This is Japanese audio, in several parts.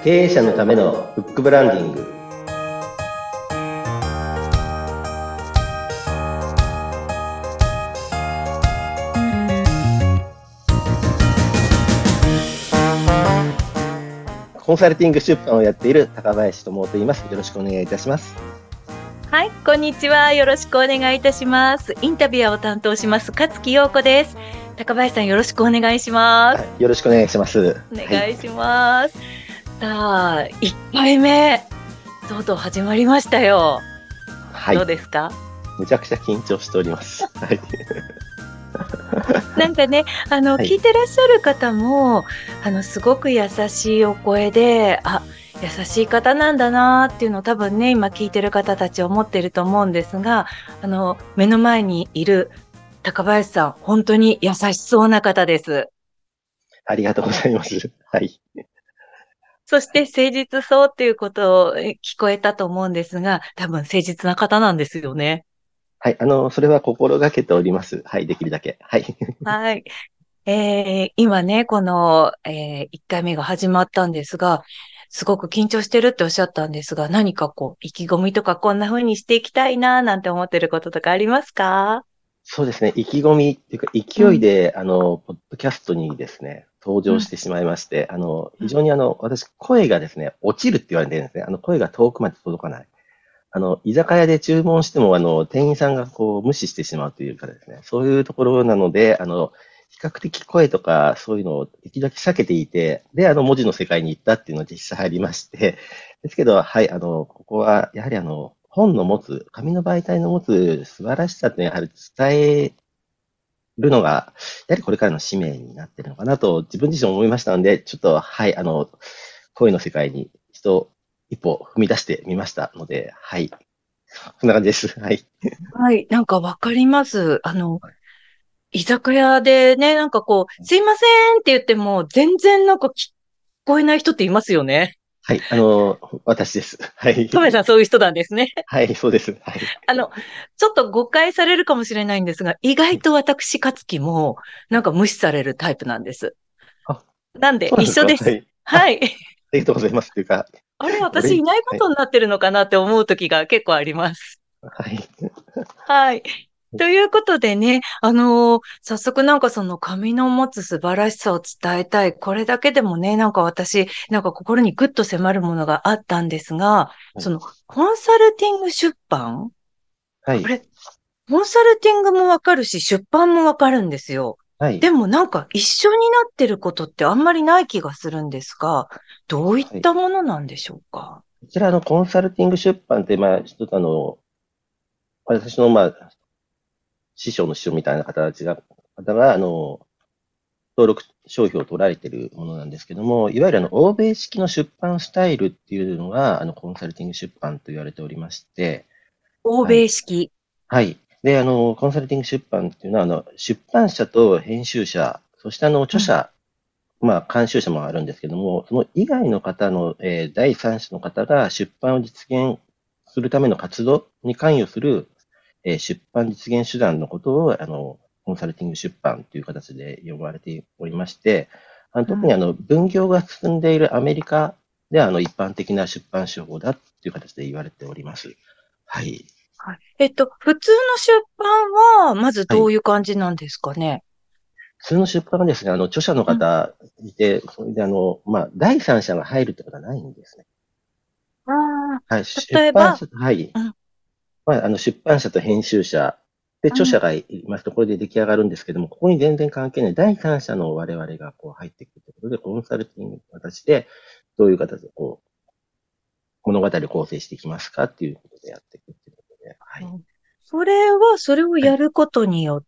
経営者のためのフックブランディング。コンサルティング出版をやっている高林智と言います。よろしくお願いいたします。 はい、こんにちは。よろしくお願いいたします。インタビュアーを担当します勝木陽子です。高林さん、よろしくお願いします。 よろしくお願いします。 お願いします。さあ、1回目とうとう始まりましたよ。どうですか？ むちゃくちゃ緊張しております。 なんかね、聞いてらっしゃる方もすごく優しいお声で、優しい方なんだなっていうのを多分ね、今聞いてる方たち思ってると思うんですが、目の前にいる高林さん、本当に優しそうな方です。 ありがとうございます。 そして誠実そうっていうことを聞こえたと思うんですが、多分誠実な方なんですよね。 それは心がけております。できるだけ。 はい。今ね、この、1回目が始まったんですが、すごく緊張してるっておっしゃったんですが、何か意気込みとかこんな風にしていきたいな、なんて思ってることとかありますか？ そうですね。意気込みっていうか、勢いで、ポッドキャストにですね、登場してしまいまして、非常に私、声がですね、落ちるって言われてるんですね。声が遠くまで届かない。居酒屋で注文しても、店員さんが無視してしまうというかですね、そういうところなので、比較的声とか、そういうのをできるだけ避けていて、で、文字の世界に行ったっていうのが実際ありまして、ですけど、ここは、やはり本の持つ、紙の媒体の持つ素晴らしさってやはり伝えるのが、やはりこれからの使命になっているのかなと、自分自身思いましたので、ちょっと、声の世界に一歩踏み出してみましたので、そんな感じです。 はい、なんかわかります。居酒屋でね、なんかすいませんって言っても、全然なんか聞こえない人っていますよね。 私です。 トメさんそういう人なんですね。 そうです。 ちょっと誤解されるかもしれないんですが、意外と私、勝樹も、なんか無視されるタイプなんです。 あ、 なんで、 そうなんですか。 一緒です。はい。 ありがとうございます。というか、 あれ、 俺、 私いないことになってるのかなって思う時が結構あります。 はい。 はい。ということでね、早速なんかその紙の持つ素晴らしさを伝えたい。これだけでもね、なんか私、なんか心にグッと迫るものがあったんですが、そのコンサルティング出版はい。 これ、コンサルティングもわかるし、出版もわかるんですよ。 はい。 でもなんか一緒になってることってあんまりない気がするんですが、どういっはい。 たものなんでしょうか？ こちら、コンサルティング出版って、一つ私の、師匠の師匠みたいな方が、登録商標を取られているものなんですけども、いわゆる欧米式の出版スタイルっていうのが、コンサルティング出版と言われておりまして、 欧はい。 米式。 はい。で、コンサルティング出版っていうのは、出版社と編集者、そして著うん。 者、監修者もあるんですけども、その以外の方の、第三者の方が出版を実現するための活動に関与する、出版実現手段のことを、コンサルティング出版という形で呼ばれておりまして、特にうん。 分業が進んでいるアメリカでは、一般的な出版手法だという形で言われております。はい。 はい。普通の出版は、まずはい。 どういう感じなんですかね？ 普通の出版はですね、著者のうん。 方いて、それで第三者が入るってことはないんですね。 あはい、 あ、例えば、 はい。 うん。 出版社と編集者でうん。 著者がいますと、これで出来上がるんですけども、ここに全然関係ない第三者の我々が入ってくるということで、コンサルティングの形で、どういう形で物語を構成していきますかっていうことでやっていくっていうことで、はい。 うん。それをはい。 やることによって、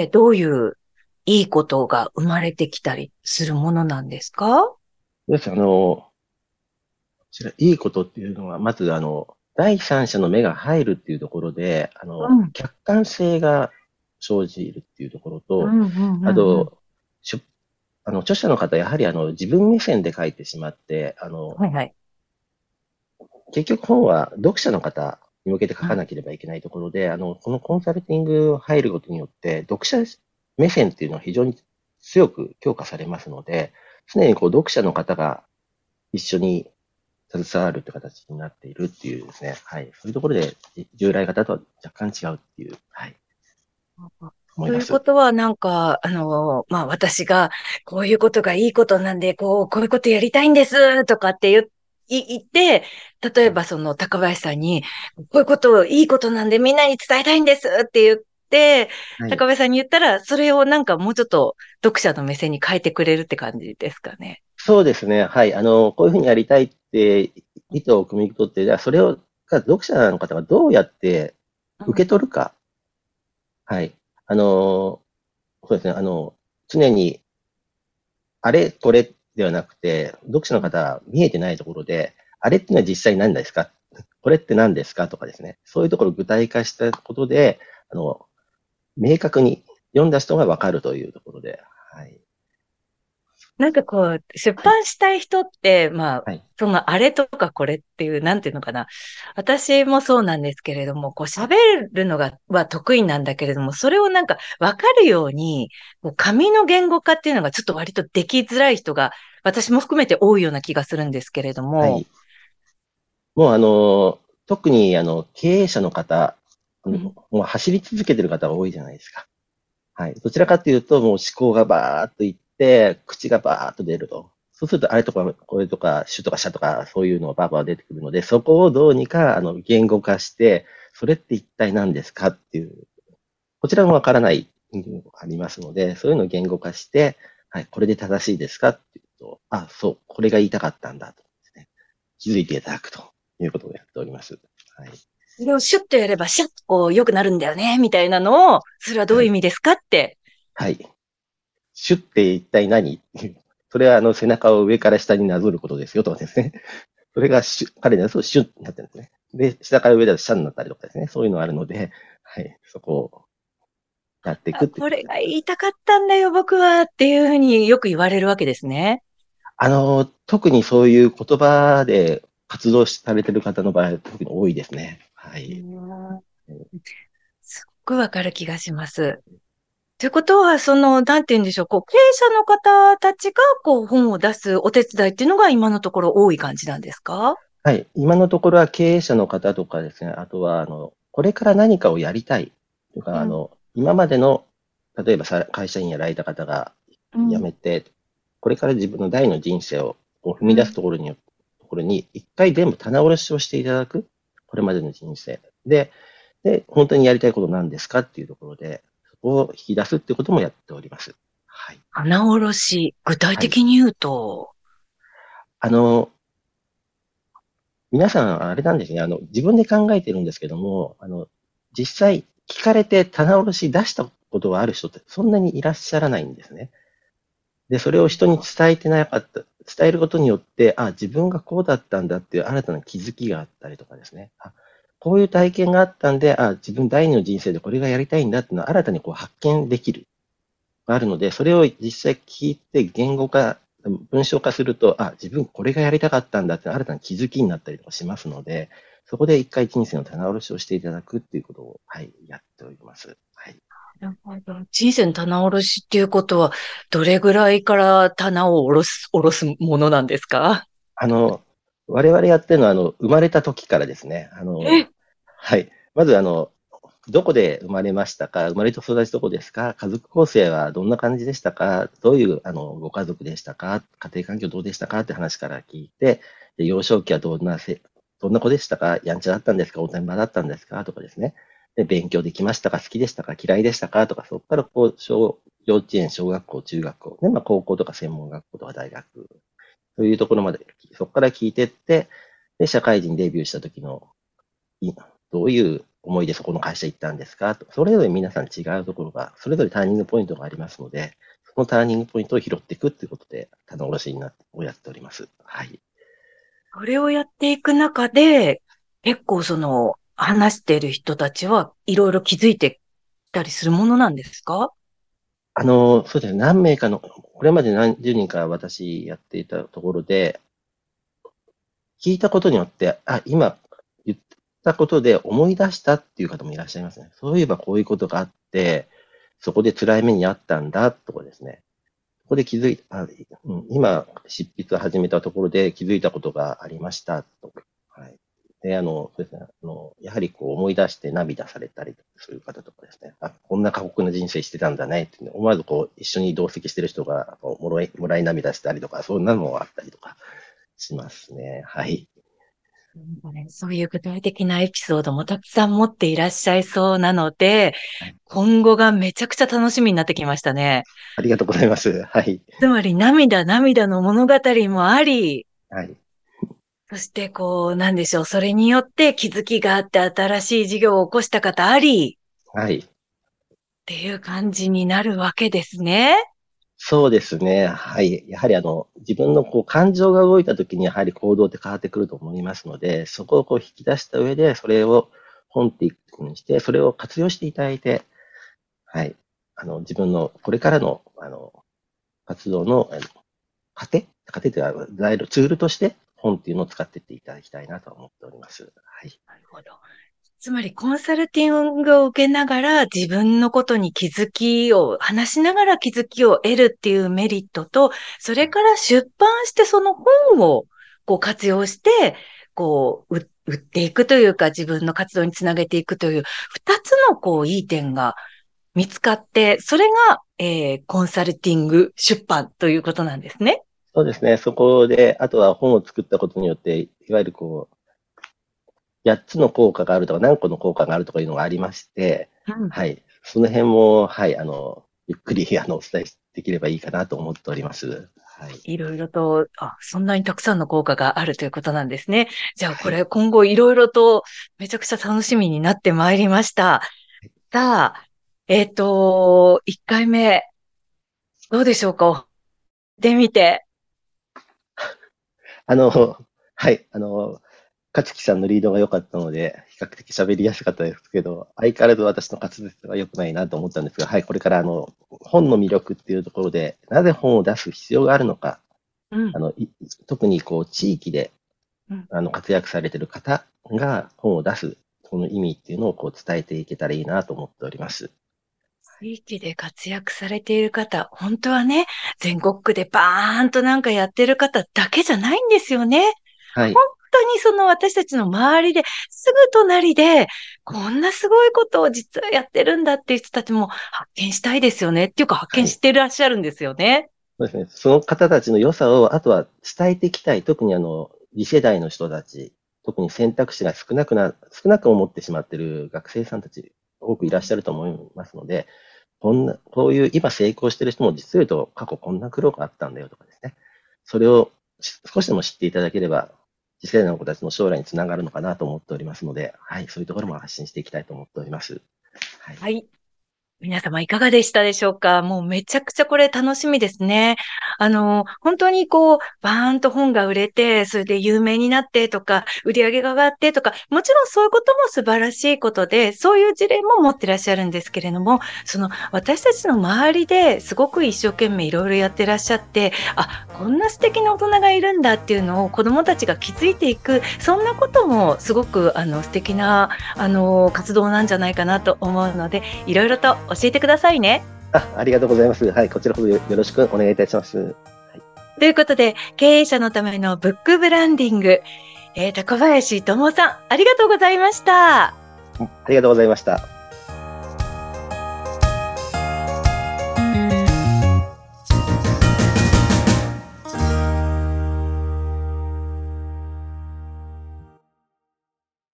どういういいことが生まれてきたりするものなんですか？ です。こちら、いいことっていうのは、まず、第三者の目が入るっていうところで、 うん。 客観性が生じるっていうところと、 うん、うん、うん、うん。 あと、出著者の方、やはり自分目線で書いてしまって、 はいはい。 結局本は読者の方に向けて書うん。 かなければいけないところで、このコンサルティング入ることによって、読者目線っていうのは非常に強く強化されますので、常に読者の方が一緒に携わるって形になっているっていうですね、はい。そういうところで、従来型とは若干違うっていう、はい、思いというます。 ことは、なんか、私が、こういうことがいいことなんで、こういうことやりたいんです、とかって言って、例えはい。 ばその高林さんに、こういうこといいことなんでみんなに伝えたいんですって言って、 はい。 高林さんに言ったら、それをなんかもうちょっと読者の目線に変えてくれるって感じですかね。 そうですね。はい。こういうふうにやりたいって意図を汲み取って、じゃあそれを、読者の方がどうやって受け取るか。はい。そうですね。常に、あれ、これではなくて、読者の方は見えてないところで、あれっていうのは実際何ですか、これって何ですかとかですね。そういうところを具体化したことで、あの、明確に読んだ人がわかるというところで、はい。 なんかこう、出はい。 版したい人って、まあ、 はい。 そのあれとかこれっていう、なんていうのかな。私もそうなんですけれども、こう喋るのは得意なんだけれども、それをなんかわかるように、こう紙の言語化っていうのがちょっと割とできづらい人が、私も含めて多いような気がするんですけれども。 はい。もう特に経営者の方、 うん。 もう走り続けてる方が多いじゃないですか。はい。どちらかというと、もう思考がバーっといって、口がバーっと出ると。そうすると、あれとか、これとか、主とか社とか、そういうのがバーバー出てくるので、そこをどうにか、言語化して、それって一体何ですかっていう、こちらもわからない部分がありますので、そういうのを言語化して、はい、これで正しいですかっていうと、あ、そう、これが言いたかったんだとですね、気づいていただくということをやっております。はい。 それをシュッとやればシャッとこう良くなるんだよね、みたいなのを、それはどうはい。 いう意味ですかって。 はい。シュって一体何それは背中を上から下になぞることですよとかですね。それが彼のやつをシュッになってるんですね。で、下から上だとシャンになったりとかですね。そういうのがあるので、はい。そこをやっていくあ、 っていうこれがことです。 言いたかったんだよ、僕はっていうふうによく言われるわけですね。 特にそういう言葉で活動されてる方の場合は特に多いですね。はうい。 ん。すっごいわかる気がします。ということは、その、なんて言うんでしょう、こう、経営者の方たちが、こう、本を出すお手伝いっていうのが今のところ多い感じなんですか？ はい。今のところは経営者の方とかですね、あとは、これから何かをやりたいとか、 うん。 今までの、例えば会社員やられた方がうん。 辞めて、これから自分の第の人生をこう踏み出すうん。 ところに、一回全部棚卸しをしていただく。これまでの人生。で、本当にやりたいことなんですかっていうところで、そこを引き出すっていうこともやっております。はい。 穴卸し、具体はい。 的に言うと、 あの、皆さん、あれなんですね。自分で考えてるんですけども、実際、聞かれて棚卸し出したことがある人ってそんなにいらっしゃらないんですね。で、それを人に伝えてなかった。伝えることによって、あ、自分がこうだったんだっていう新たな気づきがあったりとかですね。あ、こういう体験があったんで、あ、自分第二の人生でこれがやりたいんだっていうのを新たにこう発見できる。があるので、それを実際聞いて言語化、文章化すると、あ、自分これがやりたかったんだって新たな気づきになったりとかしますので、そこで一回人生の棚卸しをしていただくっていうことを、はい、やっております。はい。 なるほど。人生の棚卸しっていうことは、どれぐらいから棚を下ろすものなんですか？ あの、我々やってるのは、生まれた時からですね、 え、 はい。まず、どこで生まれましたか、生まれと育ちどこですか、家族構成はどんな感じでしたか、どういう、ご家族でしたか、家庭環境どうでしたかって話から聞いて、で幼少期はどんな子でしたか、やんちゃだったんですか、おてんばだったんですかとかですね。で、勉強できましたか、好きでしたか、嫌いでしたかとか、そこからこう、幼稚園、小学校、中学校、で、まあ、高校とか専門学校とか大学というところまで、そこから聞いてって、で、社会人デビューした時の、どういう思いでそこの会社行ったんですかと。それぞれ皆さん違うところが、それぞれターニングポイントがありますので、そのターニングポイントを拾っていくということで、棚卸しをやっております。はい。 これをやっていく中で、結構その、話している人たちはいろいろ気づいてきたりするものなんですか？ そうですね。何名かの、これまで何十人か私やっていたところで、聞いたことによって、あ、今言ったことで思い出したっていう方もいらっしゃいますね。そういえばこういうことがあって、そこで辛い目にあったんだとかですね。 こで気づいた、今、執筆を始めたところで気づいたことがありましたと。はい。で、そうですね、やはりこう思い出して涙されたりする方とかですね、あ、こんな過酷な人生してたんだねって、思わずこう一緒に同席してる人がもらい涙したりとか、そんなのもあったりとかしますね。はい。 そういう具体的なエピソードもたくさん持っていらっしゃいそうなので、 はい。 今後がめちゃくちゃ楽しみになってきましたね。 ありがとうございます。はい。 つまり涙の物語もあり、 はい。 そしてこう、なんでしょう、それによって気づきがあって新しい事業を起こした方あり、 はい。 っていう感じになるわけですね。 そうですね。はい。やはり自分のこう感情が動いたときにやはり行動って変わってくると思いますので、そこをこう引き出した上で、それを本っていくにして、それを活用していただいて、はい。自分のこれからの、活動の、糧というか、材料、ツールとして本っていうのを使っていっていただきたいなと思っております。はい。 なるほど。つまりコンサルティングを受けながら自分のことに気づきを、話しながら気づきを得るっていうメリットと、それから出版してその本をこう活用して、売っていくというか自分の活動につなげていくという二つのこういい点が見つかって、それが、コンサルティング出版ということなんですね。 そうですね。そこで、あとは本を作ったことによって、いわゆるこう、8つの効果があるとか、何個の効果があるとかいうのがありまして、 うん。 はい。その辺も、はい、ゆっくり、お伝えできればいいかなと思っております。はい。 いろいろと、そんなにたくさんの効果があるということなんですね。じゃあこはい。 れ今後いろいろとめちゃくちゃ楽しみになってまいりました。さあ、1回目、どうでしょうか？でみて。 あの、はい、勝木さんのリードが良かったので、比較的喋りやすかったですけど、相変わらず私の滑舌が良くないなと思ったんですが、はい、これから本の魅力っていうところで、なぜ本を出す必要があるのか、 うん、 特にこう、地域で、 うん。 活躍されている方が本を出す、その意味っていうのをこう伝えていけたらいいなと思っております。 地域で活躍されている方、本当はね、全国区でバーンとなんかやってる方だけじゃないんですよね。 はい。 本当にその私たちの周りですぐ隣で、こんなすごいことを実はやってるんだっていう人たちも発見したいですよね。っていうか発はい。 見してらっしゃるんですよね。 そうですね。その方たちの良さを、あとは伝えていきたい。特に次世代の人たち、特に選択肢が少なく思ってしまっている学生さんたち、多くいらっしゃると思いますので、こういう今成功している人も実を言うと過去こんな苦労があったんだよとかですね。それを少しでも知っていただければ、次世代の子たちの将来につながるのかなと思っておりますので、はい、そういうところも発信していきたいと思っております。はい。 はい。皆様いかがでしたでしょうか？もうめちゃくちゃこれ楽しみですね。本当にこう、バーンと本が売れて、それで有名になってとか、売り上げが上がってとか、もちろんそういうことも素晴らしいことで、そういう事例も持ってらっしゃるんですけれども、その私たちの周りですごく一生懸命いろいろやってらっしゃって、こんな素敵な大人がいるんだっていうのを子供たちが気づいていく、そんなこともすごく素敵な活動なんじゃないかなと思うので、いろいろと教えてくださいね。 ありがとうございます。はい、こちらこそよろしくお願いいたします。はい、 ということで、経営者のためのブックブランディング、高林智さん、ありがとうございました。 ありがとうございました。